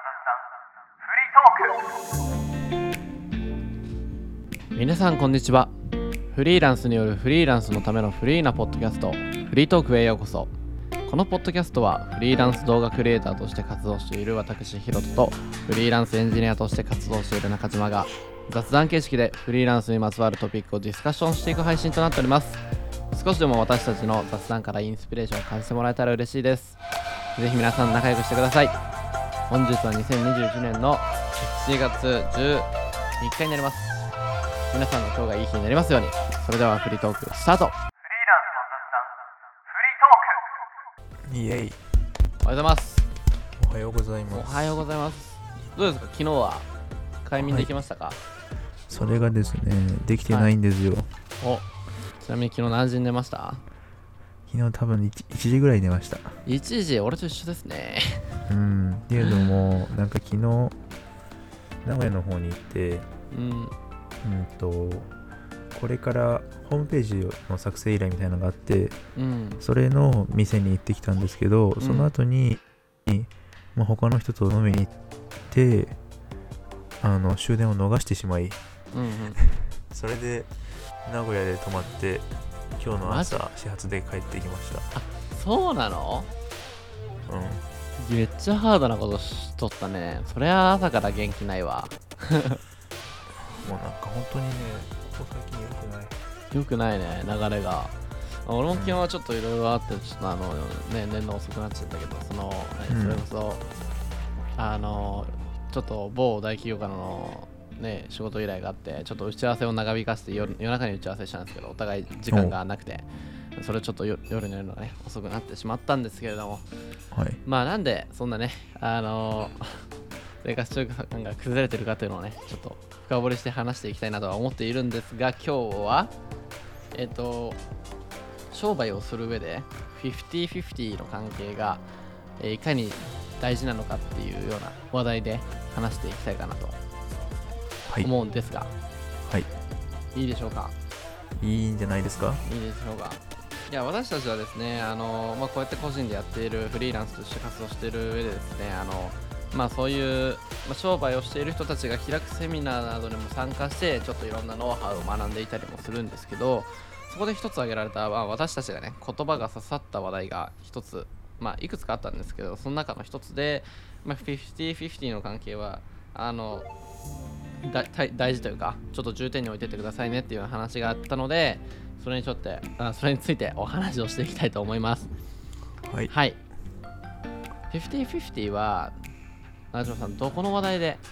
皆さんこんにちは。フリーランスによるフリーランスのためのフリーなポッドキャスト、フリートークへようこそ。このポッドキャストはフリーランス動画クリエイターとして活動している私ヒロトとフリーランスエンジニアとして活動している中島が雑談形式でフリーランスにまつわるトピックをディスカッションしていく配信となっております。少しでも私たちの雑談からインスピレーションを感じてもらえたら嬉しいです。ぜひ皆さん仲良くしてください。本日は2021年の7月13日になります。皆さんの今日がいい日になりますように。それではフリートークスタート。 イエイ。 おはようございます。 おはようございます。 おはようございます。どうですか、昨日は快眠できましたか？はい、 それがですね、できてないんですよ。 はい、ちなみに昨日何時に寝ました？ 昨日多分 1時ぐらい寝ました。 1時、俺と一緒ですね。 っていうのも、なんか昨日名古屋の方に行って、これからホームページの作成依頼みたいなのがあって、それの店に行ってきたんですけど、その後に、他の人と飲みに行って終電を逃してしまい、それで名古屋で泊まって今日の朝始発で帰ってきました。 あ、そうなの？めっちゃハードなことしとったね。そりゃ朝から元気ないわ。 もうなんか本当にね、ここ最近良くないね、流れが。俺も昨日はちょっといろいろあって、ちょっと寝るの遅くなっちゃったけど、それこそちょっと某大企業からのね仕事依頼があって、ちょっと打ち合わせを長引かせて夜中に打ち合わせしたんですけど、お互い時間がなくて、それちょっと夜寝るのがね遅くなってしまったんですけれども、なんでそんなね生活習慣が崩れてるかというのをね、ちょっと深掘りして話していきたいなとは思っているんですが、今日は商売をする上で 50-50 の関係がいかに大事なのかっていうような話題で話していきたいかなと思うんですが、いいでしょうか？ いいんじゃないですか？ いいでしょうか？いや、私たちはですね、こうやって個人でやっているフリーランスとして活動している上でですね、そういう、商売をしている人たちが開くセミナーなどにも参加して、ちょっといろんなノウハウを学んでいたりもするんですけど、そこで一つ挙げられた、私たちがね言葉が刺さった話題が一つ、いくつかあったんですけど、その中の一つで、50-50 の関係は大事というか、ちょっと重点に置いてってくださいねっていうような話があったので、それについてお話をしていきたいと思います。はい。50-50 は中島さん、どこの話題で？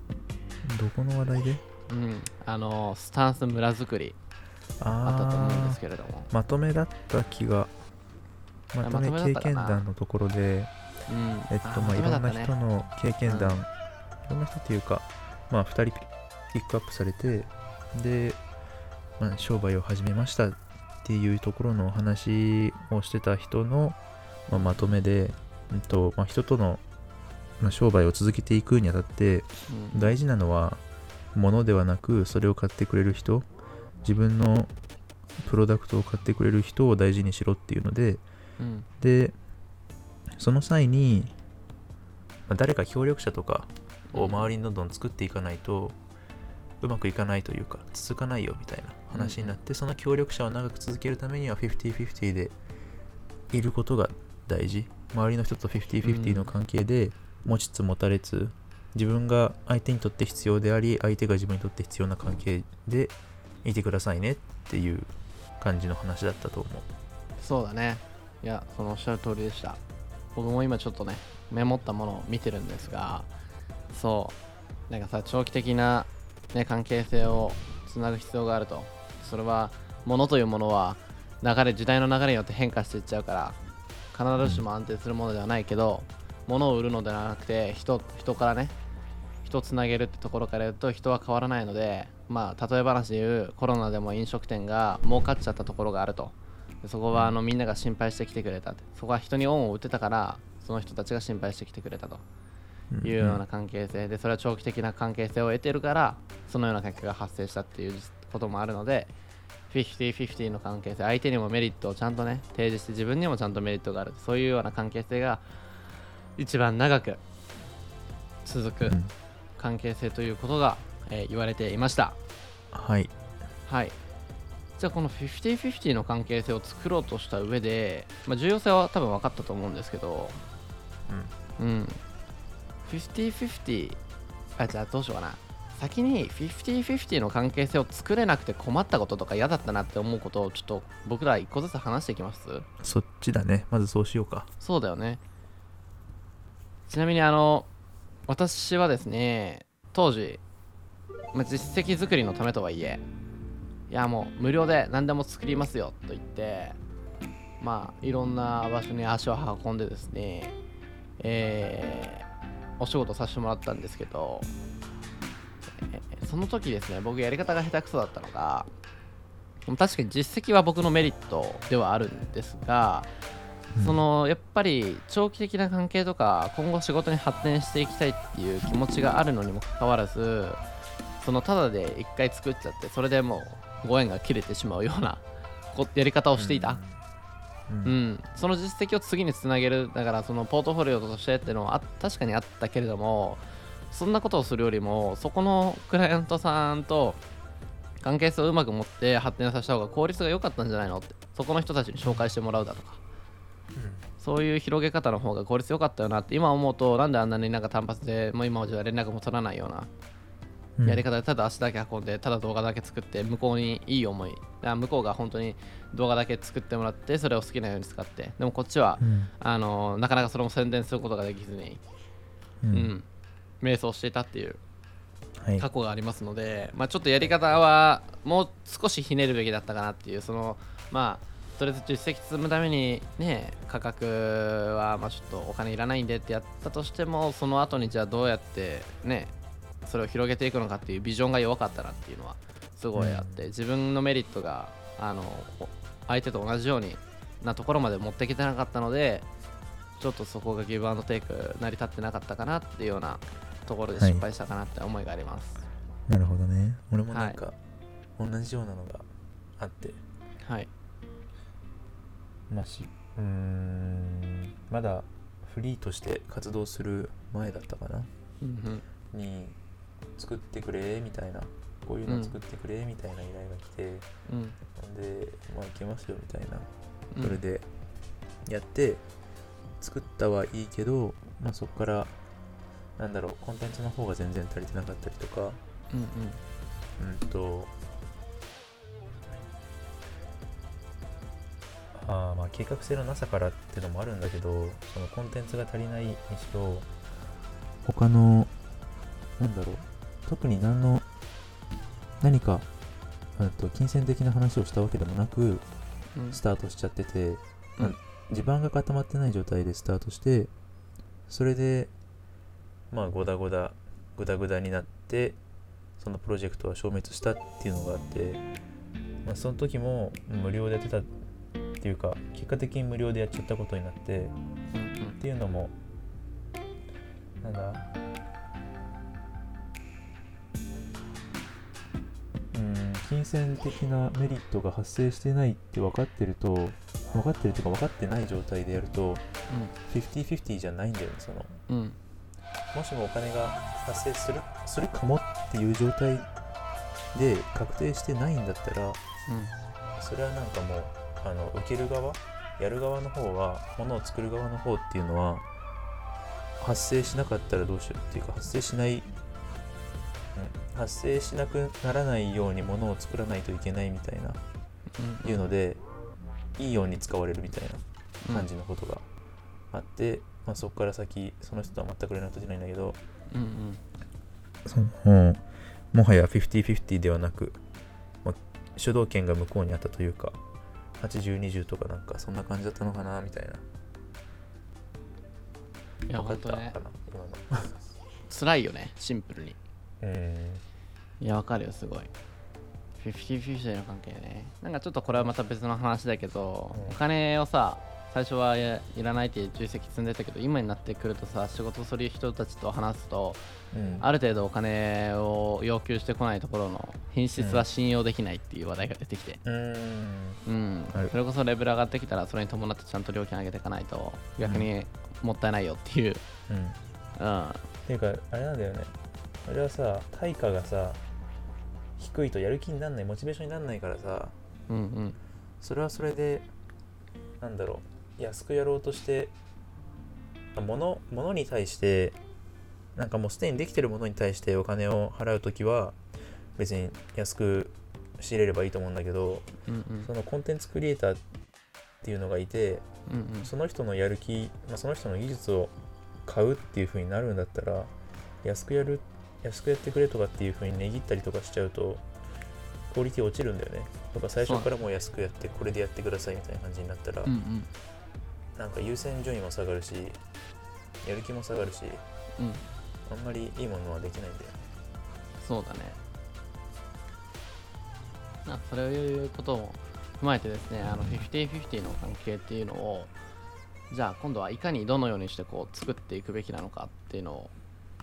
スタンス村作りあったと思うんですけれども、 まとめだった気が、まとめ経験談のところで、いろんな人の経験談、いろんな人っていうか、2人ピックアップされて、で、商売を始めましたっていうところの話をしてた人の、まとめで、人との商売を続けていくにあたって、大事なのは物ではなく、それを買ってくれる人、自分のプロダクトを買ってくれる人を大事にしろっていうので、でその際に、誰か協力者とかを周りにどんどん作っていかないと、うまくいかないというか続かないよみたいな話になって、その協力者を長く続けるためには 50-50 でいることが大事。周りの人と 50-50 の関係で持ちつ持たれつ、自分が相手にとって必要であり、相手が自分にとって必要な関係でいてくださいねっていう感じの話だったと思う。 そうだね。いや、そのおっしゃる通りでした。僕も今ちょっとねメモったものを見てるんですが、なんかさ、長期的な、関係性をつなぐ必要があると。それは物というものは時代の流れによって変化していっちゃうから、必ずしも安定するものではないけど、物を売るのではなくて人からね、人をつなげるってところから言うと、人は変わらないので、例え話で言うコロナでも飲食店が儲かっちゃったところがあると。そこはみんなが心配してきてくれたって、そこは人に恩を売ってたから、その人たちが心配してきてくれたというような関係性で、それは長期的な関係性を得てるから、そのような関係が発生したっていうこともあるので、50-50 の関係性、相手にもメリットをちゃんとね提示して、自分にもちゃんとメリットがある、そういうような関係性が一番長く続く関係性ということが、言われていました。 はいはい。じゃあこの 50-50 の関係性を作ろうとした上で、重要性は多分分かったと思うんですけど、50-50、じゃあどうしようかな。先に 50-50 の関係性を作れなくて困ったこととか嫌だったなって思うことをちょっと僕ら一個ずつ話していきます。 そっちだね。まずそうしようか。 そうだよね。ちなみに私はですね、当時、実績作りのためとはいえ、いやもう無料で何でも作りますよと言って、いろんな場所に足を運んでですね、お仕事させてもらったんですけど、その時ですね、僕やり方が下手くそだったのが、確かに実績は僕のメリットではあるんですが、やっぱり長期的な関係とか今後仕事に発展していきたいっていう気持ちがあるのにもかかわらず、ただで一回作っちゃってそれでもうご縁が切れてしまうようなやり方をしていた。その実績を次につなげる、だからそのポートフォリオとしてっていうのは確かにあったけれども、そんなことをするよりもそこのクライアントさんと関係性をうまく持って発展させた方が効率が良かったんじゃないのって、そこの人たちに紹介してもらうだとか、そういう広げ方の方が効率良かったよなって今思うと、なんであんなになんか単発でもう今じゃ連絡も取らないようなやり方でただ足だけ運んでただ動画だけ作って向こうにいい思い、向こうが本当に動画だけ作ってもらってそれを好きなように使って、でもこっちは、なかなかそれも宣伝することができずに、迷走していたっていう過去がありますので、ちょっとやり方はもう少しひねるべきだったかなっていう、とりあえず実績積むためにね、価格はちょっとお金いらないんでってやったとしても、その後にじゃあどうやってねそれを広げていくのかっていうビジョンが弱かったなっていうのはすごいあって、自分のメリットが相手と同じようになところまで持ってきてなかったので、ちょっとそこがギブアンドテイク成り立ってなかったかなっていうようなところで失敗したかなって思いがあります。 なるほどね。俺もなんか同じようなのがあって、まだフリーとして活動する前だったかな、に作ってくれみたいな、こういうの作ってくれみたいな依頼が来て、でいけますよみたいな、それでやって作ったはいいけど、そこからコンテンツの方が全然足りてなかったりとか、計画性のなさからっていうのもあるんだけど、そのコンテンツが足りないにしろ、他の特に何か金銭的な話をしたわけでもなくスタートしちゃってて、地盤が固まってない状態でスタートして、それでグダグダになってそのプロジェクトは消滅したっていうのがあって、その時も無料でやってたっていうか、結果的に無料でやっちゃったことになって、っていうのも金銭的なメリットが発生してないって分かってるというか分かってない状態でやると、50-50 じゃないんだよね。もしもお金が発生するかもっていう状態で確定してないんだったら、それはもう受ける側、やる側の方は、ものを作る側の方っていうのは発生しなかったらどうしようっていうか、発生しなくならないようにものを作らないといけないみたいな、いうのでいいように使われるみたいな感じのことがあって、そこから先その人とは全く連絡取ってないんだけど、もはや 50-50 ではなく、主導権が向こうにあったというか、80-20とかそんな感じだったのかなみたいな。 いや本当ね、辛いよね、シンプルに。いやわかるよ、すごい。50-50の関係ね。ちょっとこれはまた別の話だけど、お金をさ、最初はいらないって重責積んでたけど、今になってくるとさ、仕事する人たちと話すと、ある程度お金を要求してこないところの品質は信用できないっていう話題が出てきて、それこそレベル上がってきたらそれに伴ってちゃんと料金上げていかないと逆にもったいないよっていう、 ていうかあれなんだよね、俺はさ対価がさ低いとやる気にならない、モチベーションにならないからさ、 うんうん、 それはそれで安くやろうとして物に対してなんかもうすでにできてるものに対してお金を払うときは別に安く仕入れればいいと思うんだけど、 うんうん、 そのコンテンツクリエイターっていうのがいて、 うんうん、 その人のやる気、その人の技術を買うっていう風になるんだったら安くやってくれとかっていう風に値切ったりとかしちゃうとクオリティ落ちるんだよね。とか最初からもう安くやってこれでやってくださいみたいな感じになったら、 うんうん、 なんか優先順位も下がるしやる気も下がるし、 うん、 あんまりいいものはできないんだよね。 そうだね。そういうことも踏まえてですね、50-50の関係っていうのを、じゃあ今度はいかにどのようにしてこう作っていくべきなのかっていうのを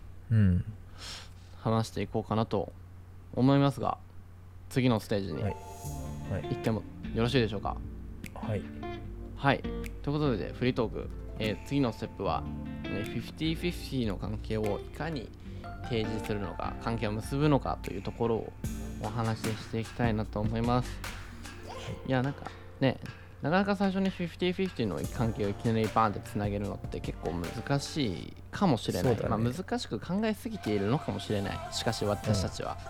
話していこうかなと思いますが、次のステージに行ってもよろしいでしょうか。 はい、 はい、ということでフリートーク、次のステップは、50-50の関係をいかに提示するのか、関係を結ぶのかというところをお話ししていきたいなと思います。いや、なんかね、なかなか最初に50-50の関係をいきなりバーンってつなげるのって結構難しいかもしれない、難しく考えすぎているのかもしれない。しかし私たちは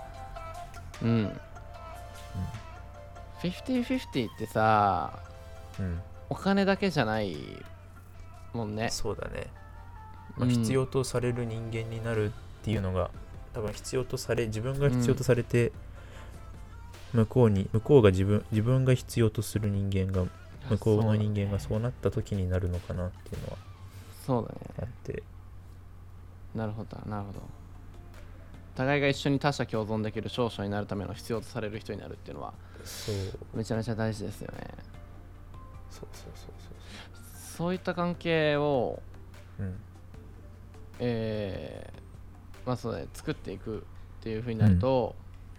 50-50ってさ、お金だけじゃないもんね。 そうだね、必要とされる人間になるっていうのが多分自分が必要とされて、向こうが自分が必要とする人間が向こうの人間がそうなった時になるのかなっていうのはそうだねあって、 なるほど。互いが一緒に他者共存できる少々になるための必要とされる人になるっていうのはめちゃめちゃ大事ですよね。そういった関係をそうね、作っていくっていう風になると、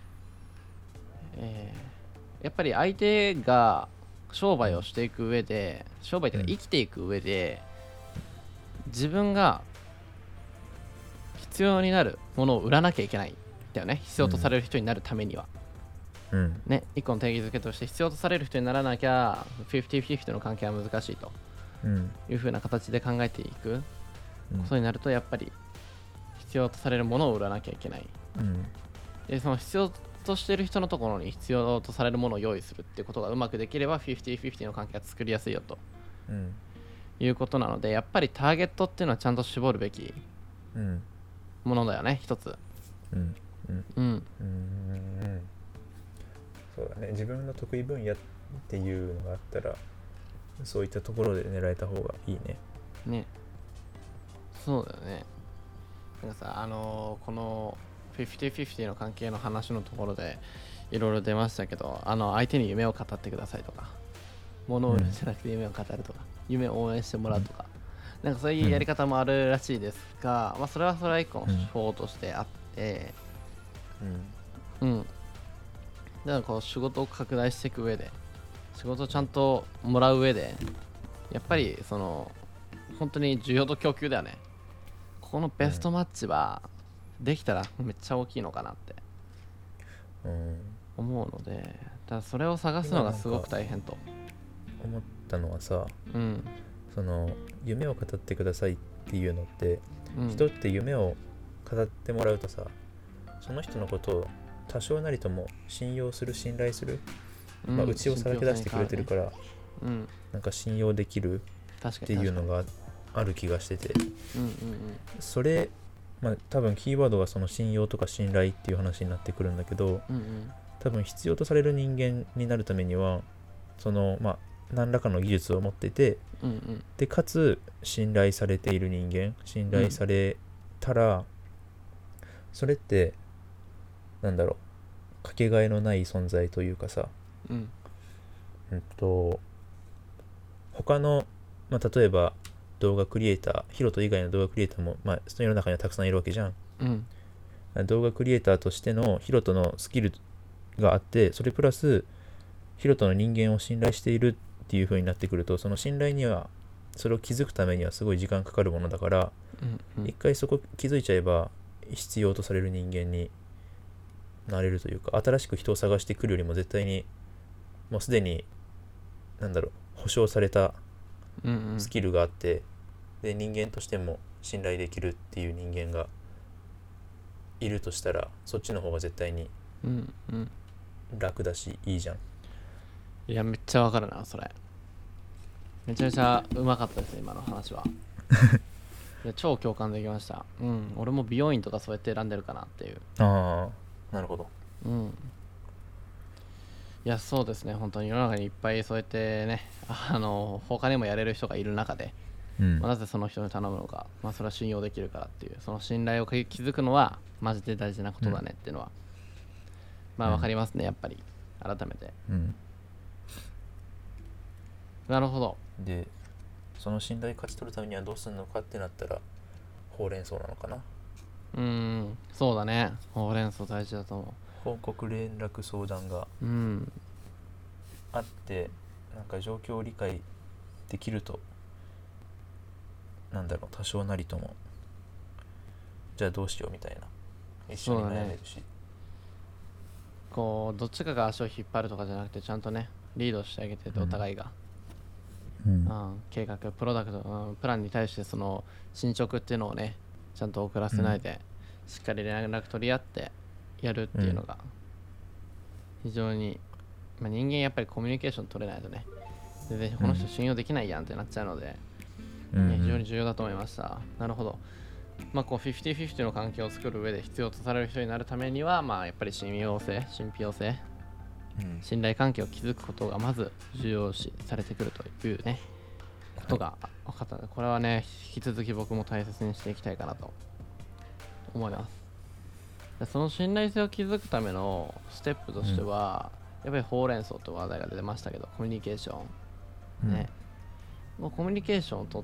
やっぱり相手が商売をしていく上で、商売というか生きていく上で、自分が必要になるものを売らなきゃいけないんだよね。必要とされる人になるためには、ね、一個の定義づけとして必要とされる人にならなきゃ50-50の関係は難しいという風な形で考えていくことになると、やっぱり必要とされるものを売らなきゃいけない、でその必要としている人のところに必要とされるものを用意するっていうことがうまくできれば50-50の関係が作りやすいよと、いうことなので、やっぱりターゲットっていうのはちゃんと絞るべきものだよね、一つ。 そうだね、自分の得意分野っていうのがあったらそういったところで狙えた方がいいね。 ね、そうだよね。なんかさ、この50-50の関係の話のところでいろいろ出ましたけど、相手に夢を語ってくださいとか、物を売るんじゃなくて夢を語るとか、夢を応援してもらうとか、なんかそういうやり方もあるらしいですが、それは一個の手法としてあって、だからこう仕事を拡大していく上で、仕事をちゃんともらう上で、やっぱりその本当に需要と供給だよね。このベストマッチはできたらめっちゃ大きいのかなって思うので、ただそれを探すのがすごく大変と思ったのはさ、その夢を語ってくださいっていうのって、人って夢を語ってもらうとさ、その人のことを多少なりとも信用する、信頼する、内をさらけ出してくれてるから、なんか信用できるっていうのがある気がしてて、それ、多分キーワードがその信用とか信頼っていう話になってくるんだけど、多分必要とされる人間になるためには、その何らかの技術を持ってて、でかつ信頼されている人間、信頼されたら、それってかけがえのない存在というかさ、他の、例えば動画クリエイター、ヒロト以外の動画クリエイターも、世の中にはたくさんいるわけじゃん。動画クリエイターとしてのヒロトのスキルがあって、それプラスヒロトの人間を信頼しているっていう風になってくると、その信頼には、それを築くためにはすごい時間かかるものだから、 一回そこ気づいちゃえば必要とされる人間になれるというか、新しく人を探してくるよりも絶対にもうすでに保証されたスキルがあって、で人間としても信頼できるっていう人間がいるとしたら、そっちの方が絶対に楽だしいいじゃん。 いやめっちゃわかるなそれ。めちゃめちゃうまかったですね今の話は。いや超共感できました。俺も美容院とかそうやって選んでるかなっていう。 ああ、なるほど。 いやそうですね、本当に世の中にいっぱいそうやってね、他にもやれる人がいる中で、なぜその人に頼むのか、それは信用できるからっていう、その信頼を築くのはマジで大事なことだねっていうのは、分かりますね、やっぱり改めて。なるほど。 でその信頼勝ち取るためにはどうするのかってなったら、ほうれん草なのかな。 そうだね、ほうれん草大事だと思う。 報告連絡相談があって、状況を理解できると多少なりともじゃあどうしようみたいな、一緒に悩めるし、 こうどっちかが足を引っ張るとかじゃなくて、ちゃんとねリードしてあげてて、お互いが、計画プロダクト、プランに対してその進捗っていうのをねちゃんと遅らせないで、しっかり連絡取り合ってやるっていうのが非常に、人間やっぱりコミュニケーション取れないとね、全然この人信用できないやんってなっちゃうので、非常に重要だと思いました。なるほど。こう 50-50 の関係を作る上で必要とされる人になるためには、やっぱり信憑性、信頼関係を築くことがまず重要視されてくるというねことが分かったので、これはね引き続き僕も大切にしていきたいかなと思います。その信頼性を築くためのステップとしては、やっぱりほうれん草と話題が出ましたけど、コミュニケーションね、もうコミュニケーションをとって、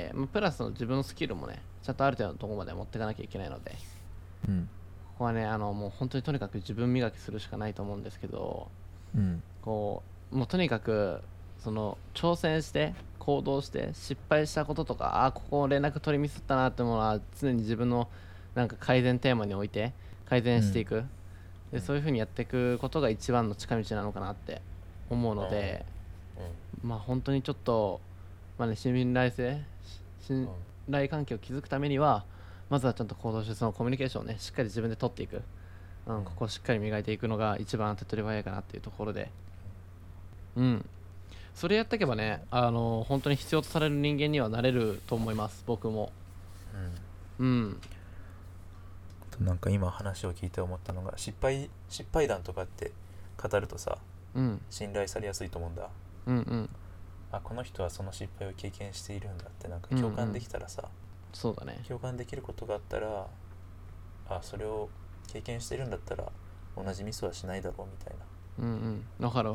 プラスの自分のスキルもねちゃんとある程度のところまで持っていかなきゃいけないので、ここはねもう本当にとにかく自分磨きするしかないと思うんですけど、こうもうとにかくその挑戦して行動して失敗したこととか、ここ連絡取りミスったなってものは常に自分の改善テーマに置いて改善していく、でそういう風にやっていくことが一番の近道なのかなって思うので、本当にちょっと、信頼関係を築くためにはまずはちゃんと行動して、そのコミュニケーションをねしっかり自分で取っていく、ここをしっかり磨いていくのが一番手っ取り早いかなっていうところで、それやっていけばね本当に必要とされる人間にはなれると思います、僕も。 今話を聞いて思ったのが、失敗談とかって語るとさ、信頼されやすいと思うんだ。この人はその失敗を経験しているんだって共感できたらさ、 そうだね、 共感できることがあったら、それを経験してるんだったら同じミスはしないだろうみたいな。わかる。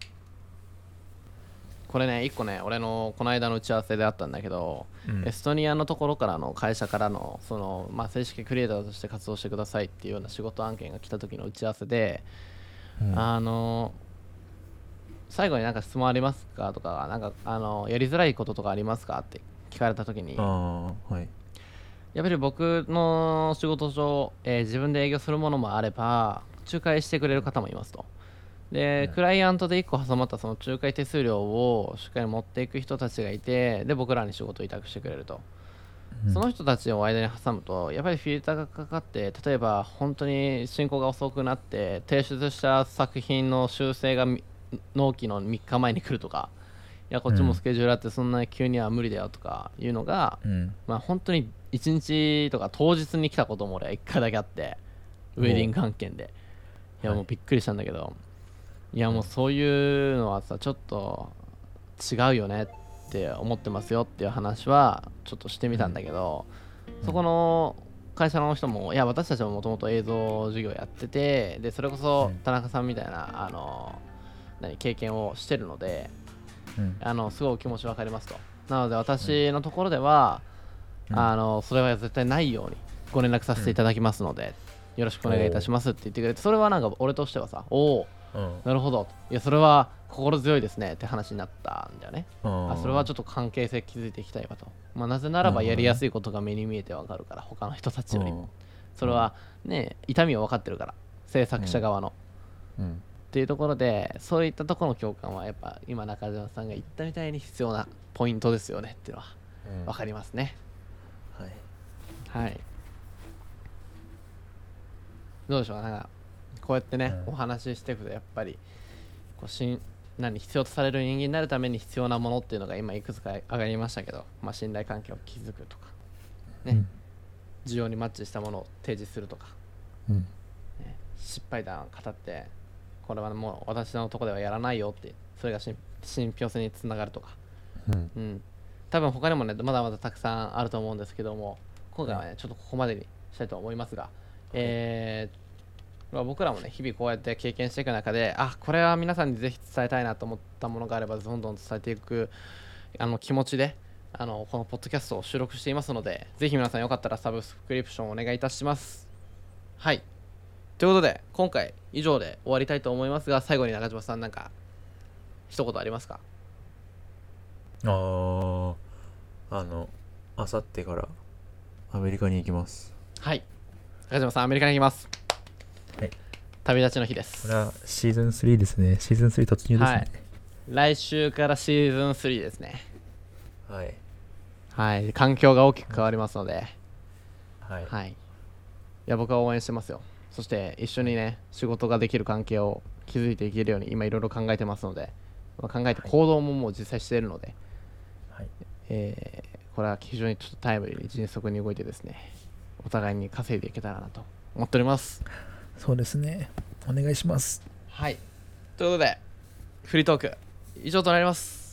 これね一個ね俺のこの間の打ち合わせであったんだけど、エストニアのところからの会社からのその、正式クリエイターとして活動してくださいっていうような仕事案件が来た時の打ち合わせで、最後に質問ありますかとか、やりづらいこととかありますかって聞かれた時に、やっぱり僕の仕事上、自分で営業するものもあれば仲介してくれる方もいますと。で、クライアントで1個挟まったその仲介手数料をしっかり持っていく人たちがいて、で僕らに仕事を委託してくれると、その人たちを間に挟むとやっぱりフィルターがかかって、例えば本当に進行が遅くなって提出した作品の修正が納期の3日前に来るとか、いやこっちもスケジュールあってそんな急には無理だよとかいうのが、本当に1日とか当日に来たことも俺は1回だけあって、ウェディング案件で、いやもうびっくりしたんだけど、いやもうそういうのはさちょっと違うよねって思ってますよっていう話はちょっとしてみたんだけど、そこの会社の人も、いや私たちももともと映像事業やってて、でそれこそ田中さんみたいな経験をしてるので、すごいお気持ち分かりますと。なので私のところでは、それは絶対ないようにご連絡させていただきますので、よろしくお願いいたしますって言ってくれて、それは俺としてはさ、おなるほど、いやそれは心強いですねって話になったんだよね。それはちょっと関係性築いていきたいわと。なぜならばやりやすいことが目に見えてわかるから、他の人たちよりも。それはね、痛みを分かってるから、制作者側の。っていうところで、そういったところの共感はやっぱ今中島さんが言ったみたいに必要なポイントですよねっていうのは分かりますね。はい。どうでしょう、なんかこうやってね、お話ししていくとやっぱりこう必要とされる人間になるために必要なものっていうのが今いくつか上がりましたけど、信頼関係を築くとかね、需要にマッチしたものを提示するとか、失敗談を語ってこれはもう私のところではやらないよって、それが信憑性につながるとか、多分他にもねまだまだたくさんあると思うんですけども、今回はねちょっとここまでにしたいと思いますが、僕らもね日々こうやって経験していく中で、これは皆さんにぜひ伝えたいなと思ったものがあればどんどん伝えていく気持ちでこのポッドキャストを収録していますので、ぜひ皆さんよかったらサブスクリプションお願いいたします。はい、ということで今回以上で終わりたいと思いますが、最後に中島さんなんか一言ありますか？ あさってからアメリカに行きます。 はい、中島さんアメリカに行きます。 はい、 旅立ちの日です。 これはシーズン3ですね。シーズン3突入ですね。 来週からシーズン3ですね。 はい、 環境が大きく変わりますので、 いや僕は応援してますよ。そして一緒にね仕事ができる関係を築いていけるように今いろいろ考えてますので、考えて行動ももう実際しているので、これは非常にちょっとタイムリーに迅速に動いてですね、お互いに稼いでいけたらなと思っております。 そうですね、お願いします。 はい、ということでフリートーク以上となります。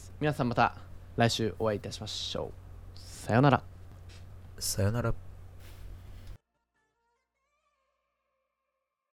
皆さんまた来週お会いいたしましょう。さよなら。 さよなら。